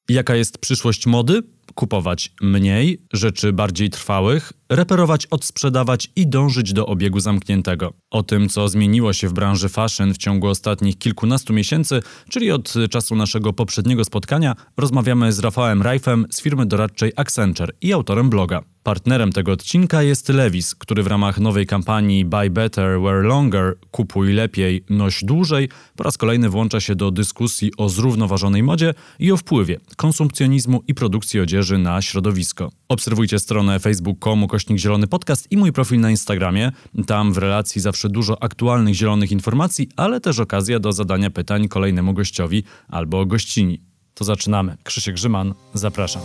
Jaka jest przyszłość mody? Kupować mniej, rzeczy bardziej trwałych, reperować, odsprzedawać i dążyć do obiegu zamkniętego. O tym, co zmieniło się w branży fashion w ciągu ostatnich kilkunastu miesięcy, czyli od czasu naszego poprzedniego spotkania, rozmawiamy z Rafałem Rajfem z firmy doradczej Accenture i autorem bloga. Partnerem tego odcinka jest Levi's, który w ramach nowej kampanii Buy Better, Wear Longer, kupuj lepiej, noś dłużej, po raz kolejny włącza się do dyskusji o zrównoważonej modzie i o wpływie konsumpcjonizmu i produkcji odzieży na środowisko. Obserwujcie stronę facebook.com/Zielony Podcast i mój profil na Instagramie. Tam w relacji zawsze dużo aktualnych zielonych informacji, ale też okazja do zadania pytań kolejnemu gościowi albo gościni. To zaczynamy. Krzysiek Grzyman, zapraszam.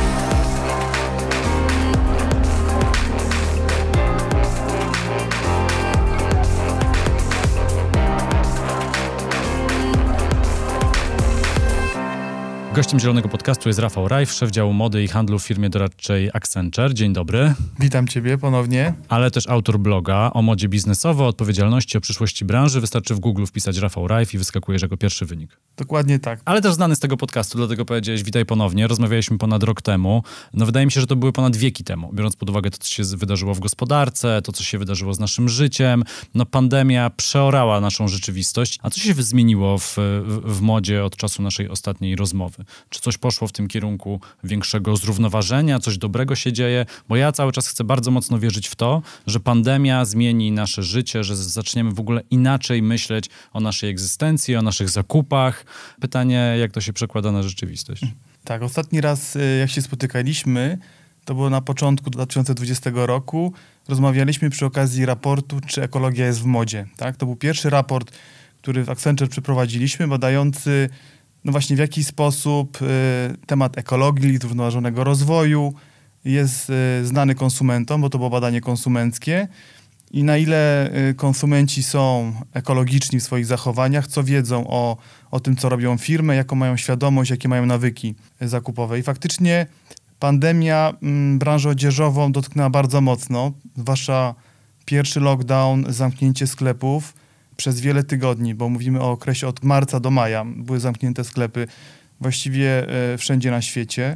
Gościem Zielonego Podcastu jest Rafał Rajf, szef działu mody i handlu w firmie doradczej Accenture. Dzień dobry. Witam Ciebie ponownie. Ale też autor bloga o modzie biznesowo, odpowiedzialności, o przyszłości branży. Wystarczy w Google wpisać Rafał Rajf i wyskakujesz jako pierwszy wynik. Dokładnie tak. Ale też znany z tego podcastu, dlatego powiedziałeś witaj ponownie. Rozmawialiśmy ponad rok temu. Wydaje mi się, że to były ponad wieki temu. Biorąc pod uwagę to, co się wydarzyło w gospodarce, to, co się wydarzyło z naszym życiem. Pandemia przeorała naszą rzeczywistość. A co się zmieniło w modzie od czasu naszej ostatniej rozmowy? Czy coś poszło w tym kierunku większego zrównoważenia, coś dobrego się dzieje? Bo ja cały czas chcę bardzo mocno wierzyć w to, że pandemia zmieni nasze życie, że zaczniemy w ogóle inaczej myśleć o naszej egzystencji, o naszych zakupach. Pytanie, jak to się przekłada na rzeczywistość? Tak, ostatni raz jak się spotykaliśmy, to było na początku 2020 roku. Rozmawialiśmy przy okazji raportu, czy ekologia jest w modzie. Tak? To był pierwszy raport, który w Accenture przeprowadziliśmy, badający właśnie w jaki sposób temat ekologii, zrównoważonego rozwoju jest znany konsumentom, bo to było badanie konsumenckie i na ile konsumenci są ekologiczni w swoich zachowaniach, co wiedzą o tym, co robią firmy, jaką mają świadomość, jakie mają nawyki zakupowe. I faktycznie pandemia branżę odzieżową dotknęła bardzo mocno, zwłaszcza pierwszy lockdown, zamknięcie sklepów przez wiele tygodni, bo mówimy o okresie od marca do maja. Były zamknięte sklepy właściwie wszędzie na świecie,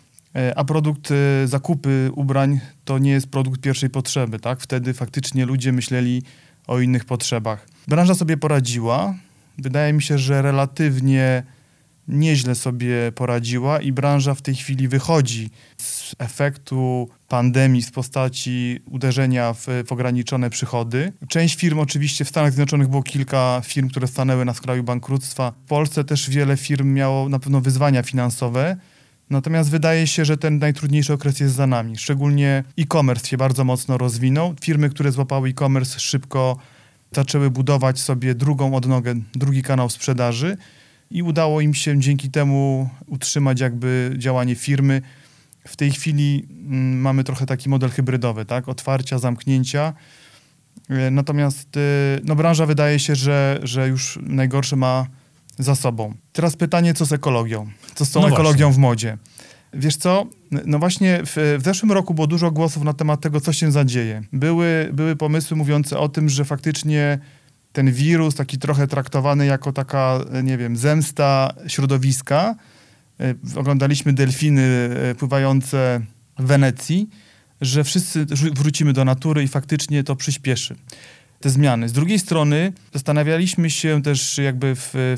a zakupy ubrań to nie jest produkt pierwszej potrzeby, tak? Wtedy faktycznie ludzie myśleli o innych potrzebach. Branża sobie poradziła. Wydaje mi się, że relatywnie nieźle sobie poradziła i branża w tej chwili wychodzi z efektu pandemii w postaci uderzenia w ograniczone przychody. Część firm oczywiście w Stanach Zjednoczonych było kilka firm, które stanęły na skraju bankructwa. W Polsce też wiele firm miało na pewno wyzwania finansowe. Natomiast wydaje się, że ten najtrudniejszy okres jest za nami. Szczególnie e-commerce się bardzo mocno rozwinął. Firmy, które złapały e-commerce szybko zaczęły budować sobie drugą odnogę, drugi kanał sprzedaży. I udało im się dzięki temu utrzymać jakby działanie firmy. W tej chwili mamy trochę taki model hybrydowy, tak? Otwarcia, zamknięcia. Natomiast branża wydaje się, że już najgorsze ma za sobą. Teraz pytanie, co z ekologią? Co z tą ekologią w modzie? Wiesz co? Właśnie w zeszłym roku było dużo głosów na temat tego, co się zadzieje. Były pomysły mówiące o tym, że faktycznie ten wirus taki trochę traktowany jako taka, zemsta środowiska. Oglądaliśmy delfiny pływające w Wenecji, że wszyscy wrócimy do natury i faktycznie to przyspieszy te zmiany. Z drugiej strony zastanawialiśmy się też jakby w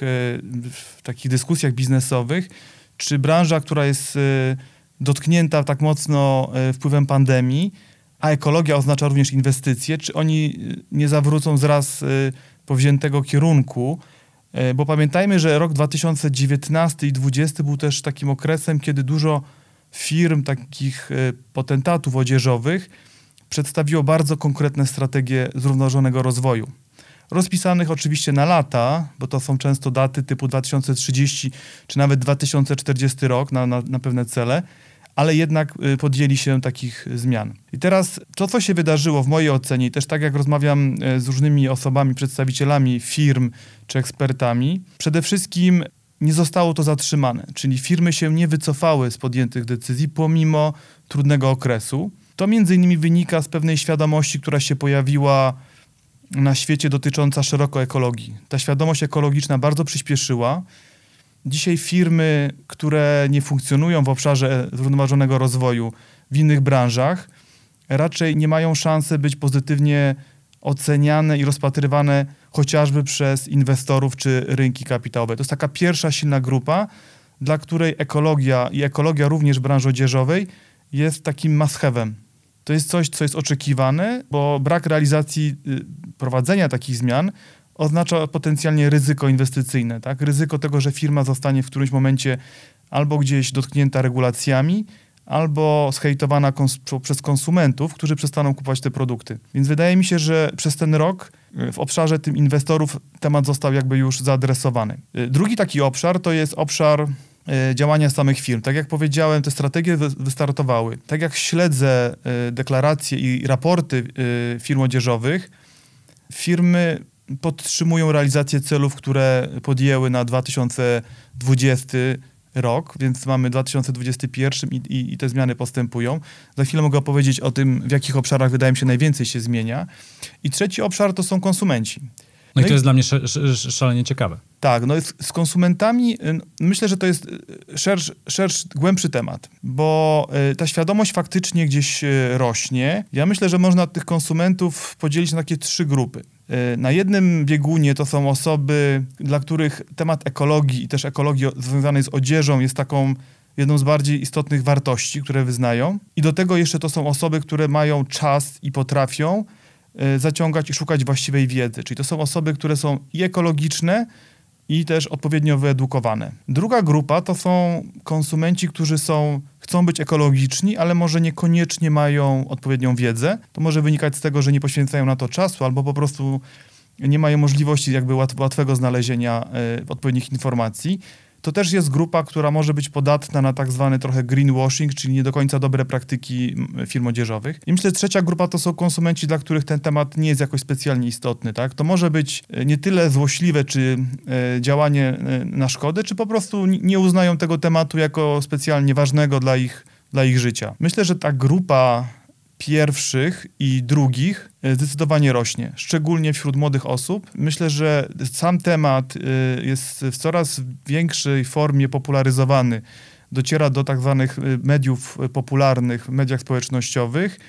takich dyskusjach biznesowych, czy branża, która jest dotknięta tak mocno wpływem pandemii, a ekologia oznacza również inwestycje, czy oni nie zawrócą zraz powziętego kierunku, bo pamiętajmy, że rok 2019 i 2020 był też takim okresem, kiedy dużo firm, takich potentatów odzieżowych przedstawiło bardzo konkretne strategie zrównoważonego rozwoju. Rozpisanych oczywiście na lata, bo to są często daty typu 2030 czy nawet 2040 rok na pewne cele, ale jednak podjęli się takich zmian. I teraz to, co się wydarzyło w mojej ocenie, i też tak jak rozmawiam z różnymi osobami, przedstawicielami firm czy ekspertami, przede wszystkim nie zostało to zatrzymane, czyli firmy się nie wycofały z podjętych decyzji pomimo trudnego okresu. To między innymi wynika z pewnej świadomości, która się pojawiła na świecie dotycząca szeroko ekologii. Ta świadomość ekologiczna bardzo przyspieszyła. Dzisiaj firmy, które nie funkcjonują w obszarze zrównoważonego rozwoju w innych branżach, raczej nie mają szansy być pozytywnie oceniane i rozpatrywane chociażby przez inwestorów czy rynki kapitałowe. To jest taka pierwsza silna grupa, dla której ekologia również branży odzieżowej jest takim must-have'em. To jest coś, co jest oczekiwane, bo brak realizacji prowadzenia takich zmian oznacza potencjalnie ryzyko inwestycyjne, tak? Ryzyko tego, że firma zostanie w którymś momencie albo gdzieś dotknięta regulacjami, albo zhejtowana przez konsumentów, którzy przestaną kupować te produkty. Więc wydaje mi się, że przez ten rok w obszarze tym inwestorów temat został jakby już zaadresowany. Drugi taki obszar to jest obszar działania samych firm. Tak jak powiedziałem, te strategie wystartowały. Tak jak śledzę deklaracje i raporty firm odzieżowych, firmy podtrzymują realizację celów, które podjęły na 2020 rok, więc mamy 2021 i te zmiany postępują. Za chwilę mogę opowiedzieć o tym, w jakich obszarach wydaje mi się najwięcej się zmienia. I trzeci obszar to są konsumenci. No i to jest dla mnie szalenie ciekawe. Tak, no z konsumentami myślę, że to jest głębszy temat, bo ta świadomość faktycznie gdzieś rośnie. Ja myślę, że można tych konsumentów podzielić na takie 3 grupy. Na jednym biegunie to są osoby, dla których temat ekologii i też ekologii związanej z odzieżą jest taką jedną z bardziej istotnych wartości, które wyznają. I do tego jeszcze to są osoby, które mają czas i potrafią zaciągać i szukać właściwej wiedzy. Czyli to są osoby, które są i ekologiczne, i też odpowiednio wyedukowane. Druga grupa to są konsumenci, którzy chcą być ekologiczni, ale może niekoniecznie mają odpowiednią wiedzę. To może wynikać z tego, że nie poświęcają na to czasu, albo po prostu nie mają możliwości jakby łatwego znalezienia odpowiednich informacji. To też jest grupa, która może być podatna na tak zwany trochę greenwashing, czyli nie do końca dobre praktyki firm odzieżowych. I myślę, że trzecia grupa to są konsumenci, dla których ten temat nie jest jakoś specjalnie istotny. Tak? To może być nie tyle złośliwe, czy działanie na szkodę, czy po prostu nie uznają tego tematu jako specjalnie ważnego dla ich życia. Myślę, że ta grupa pierwszych i drugich zdecydowanie rośnie, szczególnie wśród młodych osób. Myślę, że sam temat jest w coraz większej formie popularyzowany. Dociera do tak zwanych mediów popularnych, w mediach społecznościowych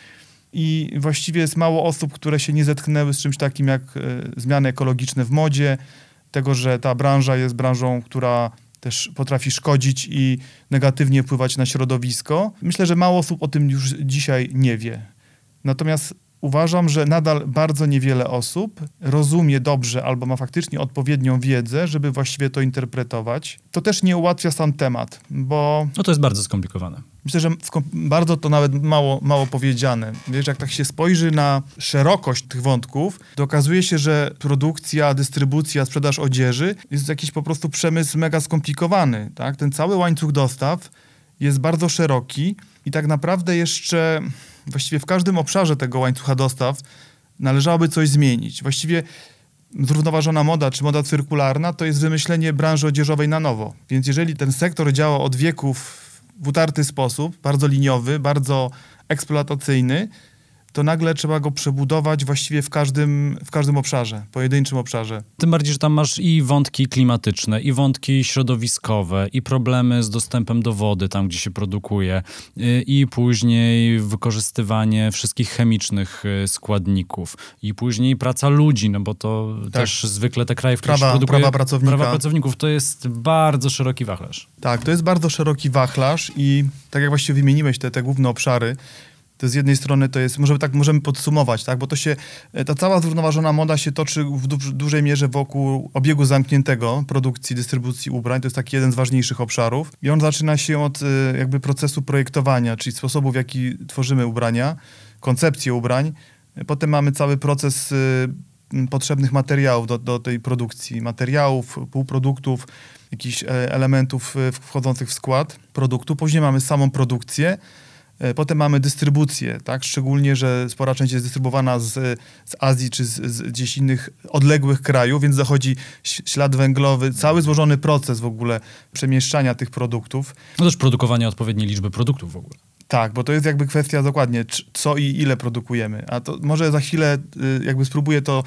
i właściwie jest mało osób, które się nie zetknęły z czymś takim jak zmiany ekologiczne w modzie, tego, że ta branża jest branżą, która też potrafi szkodzić i negatywnie wpływać na środowisko. Myślę, że mało osób o tym już dzisiaj nie wie. Natomiast uważam, że nadal bardzo niewiele osób rozumie dobrze albo ma faktycznie odpowiednią wiedzę, żeby właściwie to interpretować. To też nie ułatwia sam temat, bo... No to jest bardzo skomplikowane. Myślę, że bardzo to nawet mało powiedziane. Wiesz, jak tak się spojrzy na szerokość tych wątków, to okazuje się, że produkcja, dystrybucja, sprzedaż odzieży jest jakiś po prostu przemysł mega skomplikowany. Tak? Ten cały łańcuch dostaw jest bardzo szeroki i tak naprawdę jeszcze właściwie w każdym obszarze tego łańcucha dostaw należałoby coś zmienić. Właściwie zrównoważona moda czy moda cyrkularna to jest wymyślenie branży odzieżowej na nowo. Więc jeżeli ten sektor działa od wieków w utarty sposób, bardzo liniowy, bardzo eksploatacyjny, to nagle trzeba go przebudować właściwie w każdym obszarze, pojedynczym obszarze. Tym bardziej, że tam masz i wątki klimatyczne, i wątki środowiskowe, i problemy z dostępem do wody tam, gdzie się produkuje, i później wykorzystywanie wszystkich chemicznych składników, i później praca ludzi, no bo to też zwykle te kraje, w których się produkuje... Prawa pracowników, to jest bardzo szeroki wachlarz. Tak, to jest bardzo szeroki wachlarz i tak jak właściwie wymieniłeś te główne obszary, to z jednej strony to jest, możemy podsumować, tak? Bo ta cała zrównoważona moda się toczy w dużej mierze wokół obiegu zamkniętego produkcji, dystrybucji ubrań. To jest taki jeden z ważniejszych obszarów. I on zaczyna się od jakby procesu projektowania, czyli sposobu, w jaki tworzymy ubrania, koncepcję ubrań. Potem mamy cały proces potrzebnych materiałów do tej produkcji. Materiałów, półproduktów, jakichś elementów wchodzących w skład produktu. Później mamy samą produkcję. Potem mamy dystrybucję, tak? Szczególnie, że spora część jest dystrybuowana z Azji czy z gdzieś innych odległych krajów, więc zachodzi ślad węglowy, cały złożony proces w ogóle przemieszczania tych produktów. No też produkowania odpowiedniej liczby produktów w ogóle. Tak, bo to jest jakby kwestia dokładnie, co i ile produkujemy. A to może za chwilę jakby spróbuję to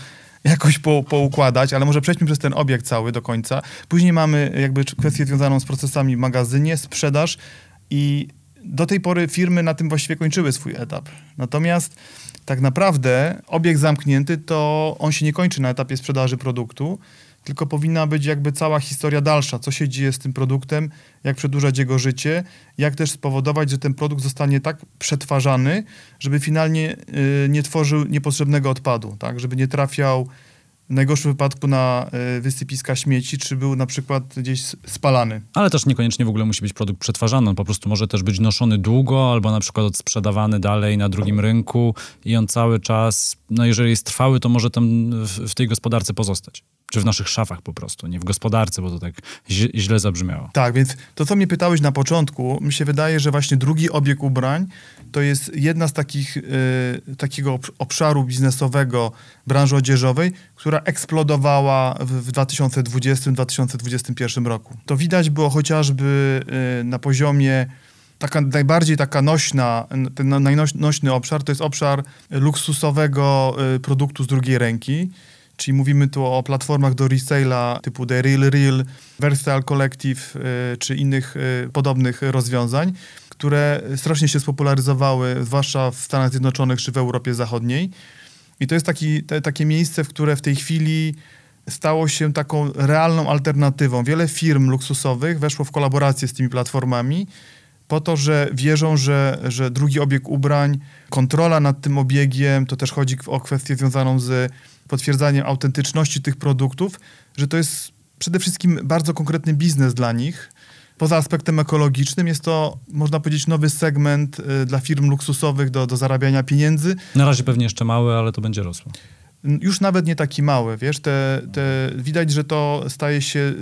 jakoś poukładać, ale może przejdźmy przez ten obieg cały do końca. Później mamy jakby kwestię związaną z procesami w magazynie, sprzedaż i do tej pory firmy na tym właściwie kończyły swój etap. Natomiast tak naprawdę obieg zamknięty to on się nie kończy na etapie sprzedaży produktu, tylko powinna być jakby cała historia dalsza, co się dzieje z tym produktem, jak przedłużać jego życie, jak też spowodować, że ten produkt zostanie tak przetwarzany, żeby finalnie nie tworzył niepotrzebnego odpadu, tak? Żeby nie trafiał w najgorszym wypadku na wysypiska śmieci, czy był na przykład gdzieś spalany. Ale też niekoniecznie w ogóle musi być produkt przetwarzany, on po prostu może też być noszony długo, albo na przykład odsprzedawany dalej na drugim rynku i on cały czas, no jeżeli jest trwały, to może tam w tej gospodarce pozostać. Czy w naszych szafach po prostu, nie w gospodarce, bo to tak źle zabrzmiało. Tak, więc to, co mnie pytałeś na początku, mi się wydaje, że właśnie drugi obieg ubrań to jest jedna z takiego obszaru biznesowego branży odzieżowej, która eksplodowała w 2020-2021 roku. To widać było chociażby na poziomie najbardziej taka nośna, ten najnośny obszar, to jest obszar luksusowego produktu z drugiej ręki. Czyli mówimy tu o platformach do resale'a typu The Real, Versatile Collective czy innych podobnych rozwiązań, które strasznie się spopularyzowały, zwłaszcza w Stanach Zjednoczonych czy w Europie Zachodniej. I to jest takie miejsce, które w tej chwili stało się taką realną alternatywą. Wiele firm luksusowych weszło w kolaborację z tymi platformami po to, że wierzą, że drugi obieg ubrań, kontrola nad tym obiegiem, to też chodzi o kwestię związaną z potwierdzaniem autentyczności tych produktów, że to jest przede wszystkim bardzo konkretny biznes dla nich. Poza aspektem ekologicznym jest to, można powiedzieć, nowy segment dla firm luksusowych do zarabiania pieniędzy. Na razie pewnie jeszcze mały, ale to będzie rosło. Już nawet nie taki mały, wiesz, widać, że to staje się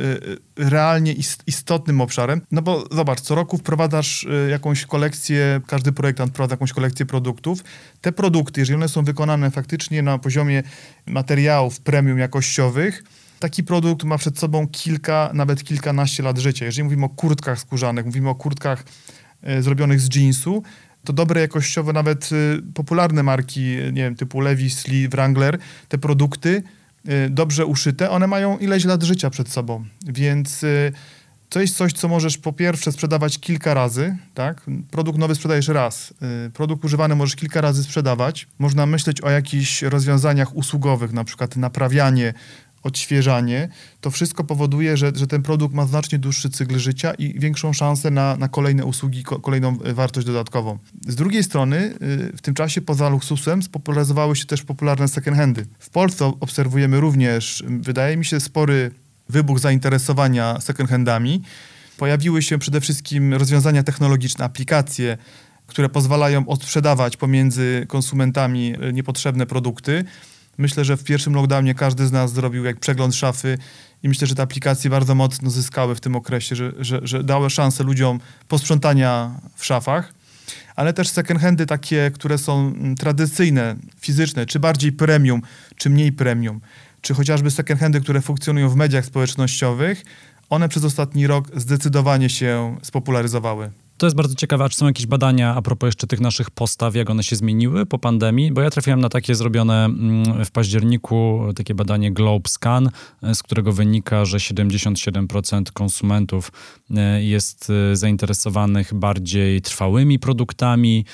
realnie istotnym obszarem, no bo zobacz, co roku wprowadzasz jakąś kolekcję, każdy projektant wprowadza jakąś kolekcję produktów. Te produkty, jeżeli one są wykonane faktycznie na poziomie materiałów premium jakościowych, taki produkt ma przed sobą nawet kilkanaście lat życia. Jeżeli mówimy o kurtkach skórzanych, mówimy o kurtkach zrobionych z jeansu, to dobre jakościowe, nawet popularne marki, nie wiem, typu Levi's, Lee, Wrangler, te produkty dobrze uszyte, one mają ileś lat życia przed sobą. Więc to jest coś, co możesz po pierwsze sprzedawać kilka razy, tak? Produkt nowy sprzedajesz raz. Produkt używany możesz kilka razy sprzedawać. Można myśleć o jakichś rozwiązaniach usługowych, na przykład naprawianie, odświeżanie, to wszystko powoduje, że ten produkt ma znacznie dłuższy cykl życia i większą szansę na kolejne usługi, kolejną wartość dodatkową. Z drugiej strony, w tym czasie poza luksusem spopularyzowały się też popularne second handy. W Polsce obserwujemy również, wydaje mi się, spory wybuch zainteresowania second handami. Pojawiły się przede wszystkim rozwiązania technologiczne, aplikacje, które pozwalają odsprzedawać pomiędzy konsumentami niepotrzebne produkty. Myślę, że w pierwszym lockdownie każdy z nas zrobił przegląd szafy i myślę, że te aplikacje bardzo mocno zyskały w tym okresie, że dały szansę ludziom posprzątania w szafach, ale też second handy takie, które są tradycyjne, fizyczne, czy bardziej premium, czy mniej premium, czy chociażby second handy, które funkcjonują w mediach społecznościowych, one przez ostatni rok zdecydowanie się spopularyzowały. To jest bardzo ciekawe, a czy są jakieś badania a propos jeszcze tych naszych postaw, jak one się zmieniły po pandemii? Bo ja trafiłem na takie zrobione w październiku, takie badanie GlobeScan, z którego wynika, że 77% konsumentów jest zainteresowanych bardziej trwałymi produktami,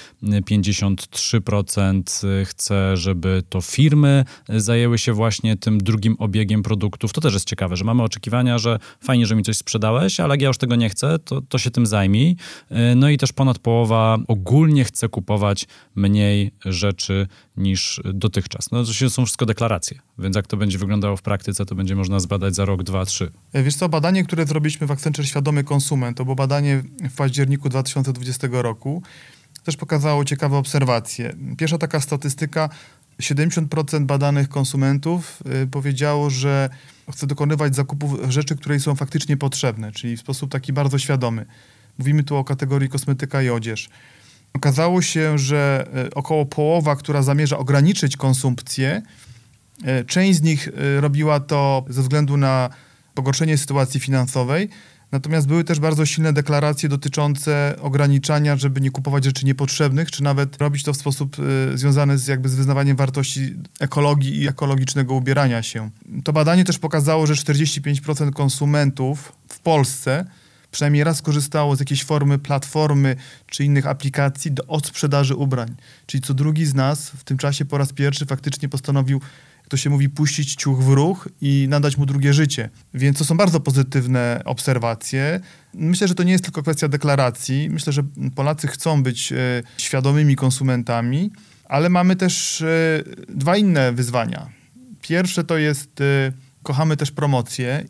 53% chce, żeby to firmy zajęły się właśnie tym drugim obiegiem produktów. To też jest ciekawe, że mamy oczekiwania, że fajnie, że mi coś sprzedałeś, ale jak ja już tego nie chcę, to się tym zajmij. No i też ponad połowa ogólnie chce kupować mniej rzeczy niż dotychczas. No to są wszystko deklaracje, więc jak to będzie wyglądało w praktyce, to będzie można zbadać za rok, 2, 3. Wiesz co, badanie, które zrobiliśmy w Accenture Świadomy Konsument, to było badanie w październiku 2020 roku, też pokazało ciekawe obserwacje. Pierwsza taka statystyka, 70% badanych konsumentów powiedziało, że chce dokonywać zakupów rzeczy, które są faktycznie potrzebne, czyli w sposób taki bardzo świadomy. Mówimy tu o kategorii kosmetyka i odzież. Okazało się, że około połowa, która zamierza ograniczyć konsumpcję, część z nich robiła to ze względu na pogorszenie sytuacji finansowej, Natomiast były też bardzo silne deklaracje dotyczące ograniczania, żeby nie kupować rzeczy niepotrzebnych, czy nawet robić to w sposób związany z wyznawaniem wartości ekologii i ekologicznego ubierania się. To badanie też pokazało, że 45% konsumentów w Polsce przynajmniej raz korzystało z jakiejś formy platformy czy innych aplikacji do odsprzedaży ubrań. Czyli co drugi z nas w tym czasie po raz pierwszy faktycznie postanowił, jak to się mówi, puścić ciuch w ruch i nadać mu drugie życie. Więc to są bardzo pozytywne obserwacje. Myślę, że to nie jest tylko kwestia deklaracji. Myślę, że Polacy chcą być świadomymi konsumentami, ale mamy też dwa inne wyzwania. Pierwsze to jest, kochamy też promocje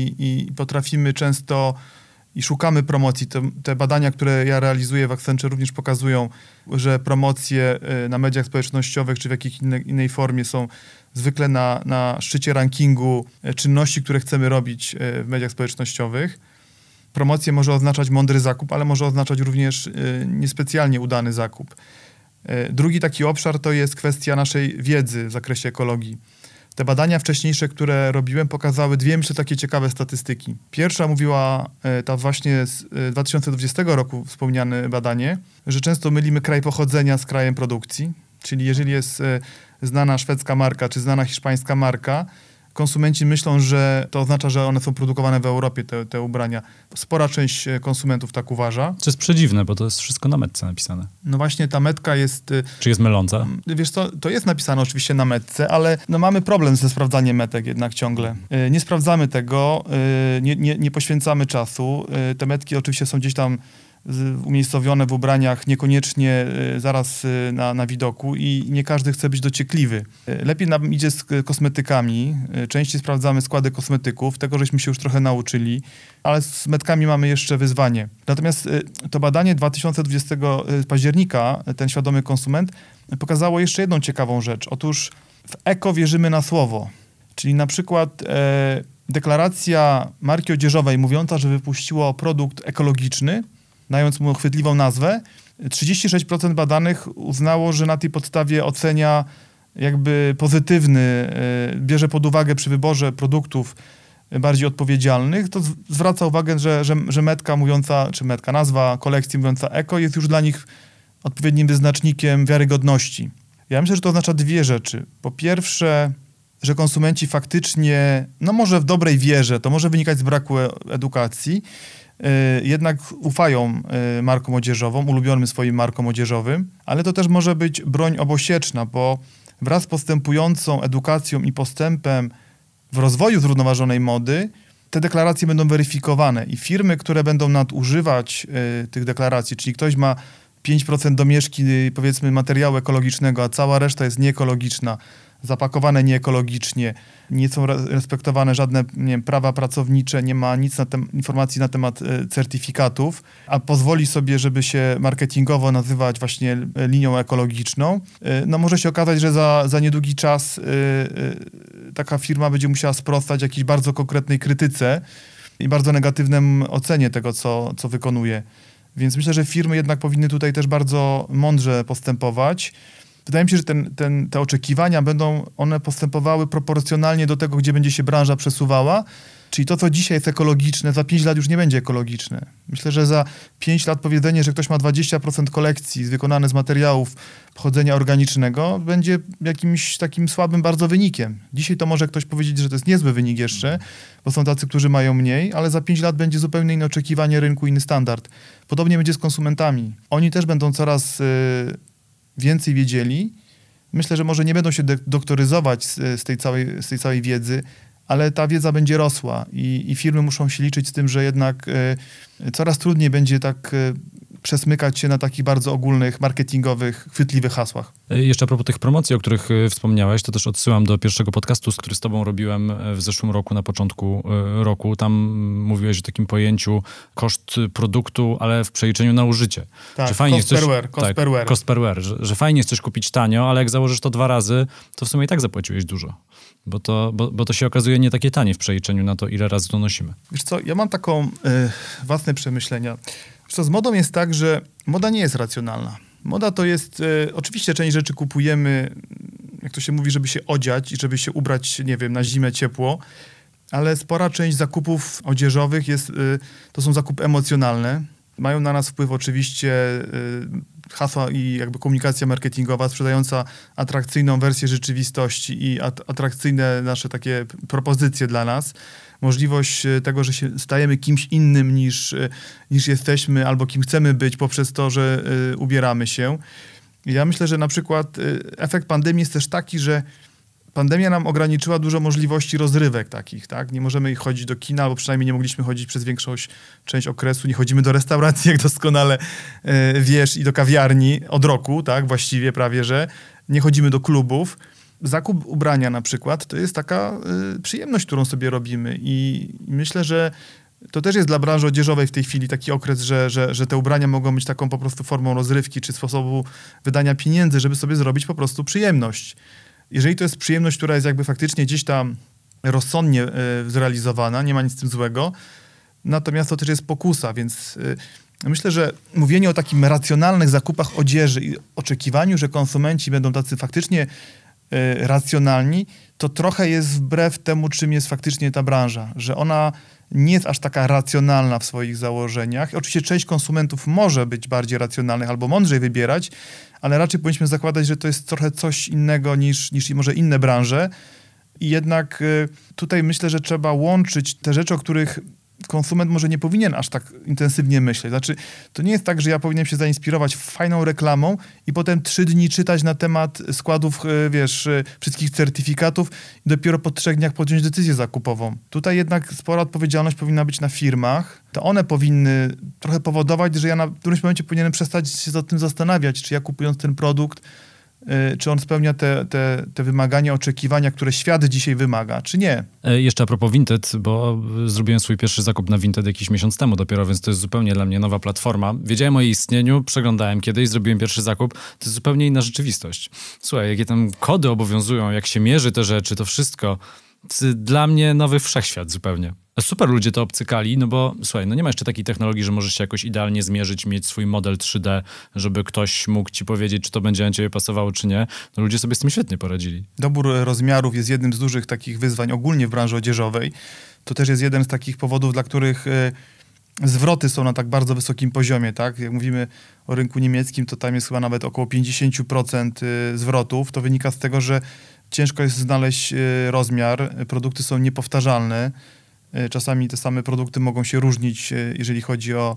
i potrafimy często i szukamy promocji. Te badania, które ja realizuję w Accenture również pokazują, że promocje na mediach społecznościowych czy w jakiejś innej formie są zwykle na szczycie rankingu czynności, które chcemy robić w mediach społecznościowych. Promocje może oznaczać mądry zakup, ale może oznaczać również niespecjalnie udany zakup. Drugi taki obszar to jest kwestia naszej wiedzy w zakresie ekologii. Te badania wcześniejsze, które robiłem, pokazały dwie, myślę, takie ciekawe statystyki. Pierwsza mówiła, ta właśnie z 2020 roku wspomniane badanie, że często mylimy kraj pochodzenia z krajem produkcji. Czyli jeżeli jest znana szwedzka marka czy znana hiszpańska marka, konsumenci myślą, że to oznacza, że one są produkowane w Europie, te ubrania. Spora część konsumentów tak uważa. Co jest przedziwne, bo to jest wszystko na metce napisane. No właśnie, ta metka jest... Czy jest myląca? Wiesz co, to jest napisane oczywiście na metce, ale mamy problem ze sprawdzaniem metek jednak ciągle. Nie sprawdzamy tego, nie poświęcamy czasu. Te metki oczywiście są gdzieś tam umiejscowione w ubraniach, niekoniecznie zaraz na widoku i nie każdy chce być dociekliwy. Lepiej nam idzie z kosmetykami. Częściej sprawdzamy składy kosmetyków, tego żeśmy się już trochę nauczyli, ale z metkami mamy jeszcze wyzwanie. Natomiast to badanie 2020 października, ten świadomy konsument, pokazało jeszcze jedną ciekawą rzecz. Otóż w eko wierzymy na słowo. Czyli na przykład deklaracja marki odzieżowej mówiąca, że wypuściło produkt ekologiczny, dając mu chwytliwą nazwę, 36% badanych uznało, że na tej podstawie ocenia jakby pozytywny, bierze pod uwagę przy wyborze produktów bardziej odpowiedzialnych, to zwraca uwagę, że metka mówiąca, czy metka, nazwa kolekcji mówiąca eko jest już dla nich odpowiednim wyznacznikiem wiarygodności. Ja myślę, że to oznacza dwie rzeczy. Po pierwsze, że konsumenci faktycznie, no może w dobrej wierze, to może wynikać z braku edukacji, jednak ufają markom odzieżowym, ulubionym swoim markom odzieżowym, ale to też może być broń obosieczna, bo wraz z postępującą edukacją i postępem w rozwoju zrównoważonej mody te deklaracje będą weryfikowane i firmy, które będą nadużywać tych deklaracji, czyli ktoś ma 5% domieszki, powiedzmy, materiału ekologicznego, a cała reszta jest nieekologiczna, zapakowane nieekologicznie, nie są respektowane żadne, nie wiem, prawa pracownicze, nie ma nic informacji na temat certyfikatów, a pozwoli sobie, żeby się marketingowo nazywać właśnie linią ekologiczną, no może się okazać, że za niedługi czas taka firma będzie musiała sprostać jakiejś bardzo konkretnej krytyce i bardzo negatywnym ocenie tego, co wykonuje. Więc myślę, że firmy jednak powinny tutaj też bardzo mądrze postępować. Wydaje mi się, że te oczekiwania będą one postępowały proporcjonalnie do tego, gdzie będzie się branża przesuwała. Czyli to, co dzisiaj jest ekologiczne, za 5 lat już nie będzie ekologiczne. Myślę, że za 5 lat powiedzenie, że ktoś ma 20% kolekcji wykonane z materiałów pochodzenia organicznego, będzie jakimś takim słabym bardzo wynikiem. Dzisiaj to może ktoś powiedzieć, że to jest niezły wynik jeszcze, bo są tacy, którzy mają mniej, ale za 5 lat będzie zupełnie inne oczekiwanie rynku, inny standard. Podobnie będzie z konsumentami. Oni też będą coraz więcej wiedzieli. Myślę, że może nie będą się doktoryzować z tej całej wiedzy, ale ta wiedza będzie rosła i firmy muszą się liczyć z tym, że jednak coraz trudniej będzie tak przesmykać się na takich bardzo ogólnych, marketingowych, chwytliwych hasłach. Jeszcze a propos tych promocji, o których wspomniałeś, to też odsyłam do pierwszego podcastu, który z tobą robiłem w zeszłym roku, na początku roku. Tam mówiłeś o takim pojęciu koszt produktu, ale w przeliczeniu na użycie. Tak, że fajnie cost per wear. Że fajnie jest coś kupić tanio, ale jak założysz to 2 razy, to w sumie i tak zapłaciłeś dużo. Bo to się okazuje nie takie tanie w przeliczeniu na to, ile razy to nosimy. Wiesz co, ja mam taką własne przemyślenia. Wiesz co, z modą jest tak, że moda nie jest racjonalna. Moda to jest, oczywiście część rzeczy kupujemy, jak to się mówi, żeby się odziać i żeby się ubrać, nie wiem, na zimę ciepło, ale spora część zakupów odzieżowych to są zakupy emocjonalne. Mają na nas wpływ oczywiście hasła i jakby komunikacja marketingowa sprzedająca atrakcyjną wersję rzeczywistości i atrakcyjne nasze takie propozycje dla nas. Możliwość tego, że się stajemy kimś innym niż jesteśmy albo kim chcemy być poprzez to, że ubieramy się. Ja myślę, że na przykład efekt pandemii jest też taki, że pandemia nam ograniczyła dużo możliwości rozrywek takich, tak? Nie możemy chodzić do kina, albo przynajmniej nie mogliśmy chodzić przez część okresu. Nie chodzimy do restauracji, jak doskonale wiesz, i do kawiarni od roku, tak? Właściwie prawie, że. Nie chodzimy do klubów. Zakup ubrania na przykład to jest taka przyjemność, którą sobie robimy i myślę, że to też jest dla branży odzieżowej w tej chwili taki okres, że te ubrania mogą być taką po prostu formą rozrywki czy sposobu wydania pieniędzy, żeby sobie zrobić po prostu przyjemność. Jeżeli to jest przyjemność, która jest jakby faktycznie gdzieś tam rozsądnie zrealizowana, nie ma nic z tym złego, natomiast to też jest pokusa, więc myślę, że mówienie o takim racjonalnych zakupach odzieży i oczekiwaniu, że konsumenci będą tacy faktycznie racjonalni, to trochę jest wbrew temu, czym jest faktycznie ta branża, że ona nie jest aż taka racjonalna w swoich założeniach. Oczywiście część konsumentów może być bardziej racjonalnych albo mądrzej wybierać, ale raczej powinniśmy zakładać, że to jest trochę coś innego niż może inne branże. I jednak tutaj myślę, że trzeba łączyć te rzeczy, o których konsument może nie powinien aż tak intensywnie myśleć. Znaczy, to nie jest tak, że ja powinienem się zainspirować fajną reklamą i potem 3 dni czytać na temat składów, wszystkich certyfikatów i dopiero po 3 dniach podjąć decyzję zakupową. Tutaj jednak spora odpowiedzialność powinna być na firmach. To one powinny trochę powodować, że ja na którymś momencie powinienem przestać się za tym zastanawiać, czy ja kupując ten produkt, czy on spełnia te wymagania, oczekiwania, które świat dzisiaj wymaga, czy nie. Jeszcze a propos Vinted, bo zrobiłem swój pierwszy zakup na Vinted jakiś miesiąc temu dopiero, więc to jest zupełnie dla mnie nowa platforma. Wiedziałem o jej istnieniu, przeglądałem kiedyś, zrobiłem pierwszy zakup. To jest zupełnie inna rzeczywistość. Słuchaj, jakie tam kody obowiązują, jak się mierzy te rzeczy, to wszystko. Dla mnie nowy wszechświat zupełnie. Super ludzie to obcykali, no bo słuchaj, no nie ma jeszcze takiej technologii, że możesz się jakoś idealnie zmierzyć, mieć swój model 3D, żeby ktoś mógł ci powiedzieć, czy to będzie na ciebie pasowało, czy nie. No ludzie sobie z tym świetnie poradzili. Dobór rozmiarów jest jednym z dużych takich wyzwań ogólnie w branży odzieżowej. To też jest jeden z takich powodów, dla których zwroty są na tak bardzo wysokim poziomie, tak? Jak mówimy o rynku niemieckim, to tam jest chyba nawet około 50% zwrotów. To wynika z tego, że ciężko jest znaleźć rozmiar, produkty są niepowtarzalne. Czasami te same produkty mogą się różnić, jeżeli chodzi o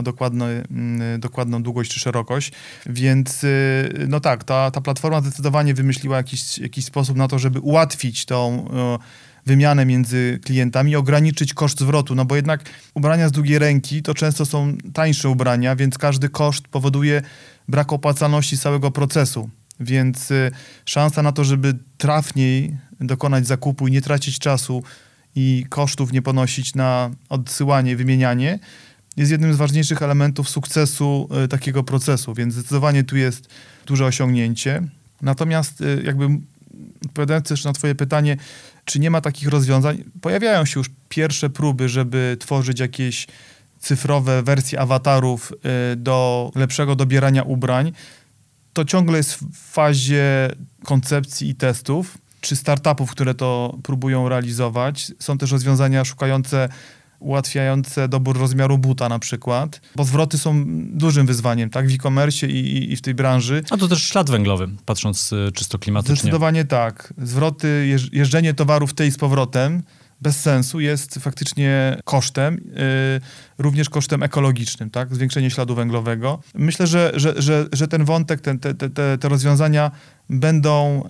dokładną długość czy szerokość. Więc no tak, ta platforma zdecydowanie wymyśliła jakiś sposób na to, żeby ułatwić tą wymianę między klientami i ograniczyć koszt zwrotu, no bo jednak ubrania z długiej ręki to często są tańsze ubrania, więc każdy koszt powoduje brak opłacalności całego procesu. Więc szansa na to, żeby trafniej dokonać zakupu i nie tracić czasu i kosztów nie ponosić na odsyłanie, wymienianie, jest jednym z ważniejszych elementów sukcesu takiego procesu, więc zdecydowanie tu jest duże osiągnięcie. Natomiast jakby odpowiadając też na twoje pytanie, czy nie ma takich rozwiązań, pojawiają się już pierwsze próby, żeby tworzyć jakieś cyfrowe wersje awatarów do lepszego dobierania ubrań. To ciągle jest w fazie koncepcji i testów, czy startupów, które to próbują realizować. Są też rozwiązania ułatwiające dobór rozmiaru buta na przykład, bo zwroty są dużym wyzwaniem, tak, w e-commerce i w tej branży. A to też ślad węglowy, patrząc czysto klimatycznie. Zdecydowanie tak. Zwroty, jeżdżenie towarów tej z powrotem bez sensu jest faktycznie kosztem, również kosztem ekologicznym, tak? Zwiększenie śladu węglowego. Myślę, że ten wątek, te rozwiązania będą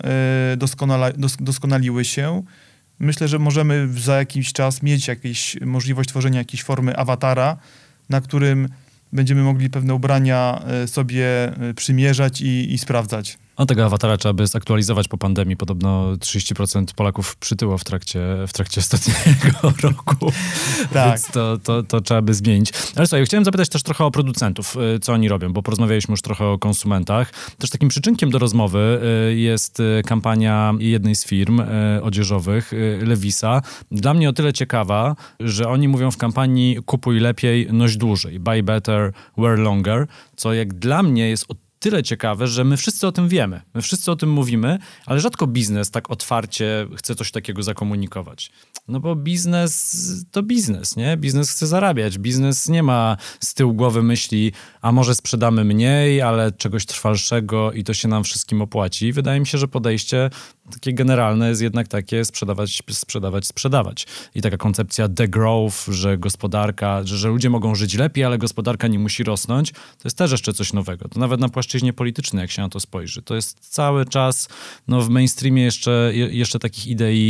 doskonaliły się. Myślę, że możemy za jakiś czas mieć możliwość tworzenia jakiejś formy awatara, na którym będziemy mogli pewne ubrania sobie przymierzać i sprawdzać. A tego awatara trzeba by zaktualizować po pandemii. Podobno 30% Polaków przytyło w trakcie ostatniego roku. Tak. Więc to trzeba by zmienić. Ale słuchaj, chciałem zapytać też trochę o producentów, co oni robią, bo porozmawialiśmy już trochę o konsumentach. Też takim przyczynkiem do rozmowy jest kampania jednej z firm odzieżowych, Levisa. Dla mnie o tyle ciekawa, że oni mówią w kampanii kupuj lepiej, noś dłużej. Buy better, wear longer. Co jak dla mnie jest o tyle ciekawe, że my wszyscy o tym wiemy, my wszyscy o tym mówimy, ale rzadko biznes tak otwarcie chce coś takiego zakomunikować. No bo biznes to biznes, nie? Biznes chce zarabiać, biznes nie ma z tyłu głowy myśli, a może sprzedamy mniej, ale czegoś trwalszego i to się nam wszystkim opłaci. Wydaje mi się, że podejście takie generalne jest jednak takie sprzedawać. I taka koncepcja degrowth, że gospodarka, że ludzie mogą żyć lepiej, ale gospodarka nie musi rosnąć, to jest też jeszcze coś nowego. To nawet na płaszczyźnie politycznej, jak się na to spojrzy. To jest cały czas, w mainstreamie jeszcze takich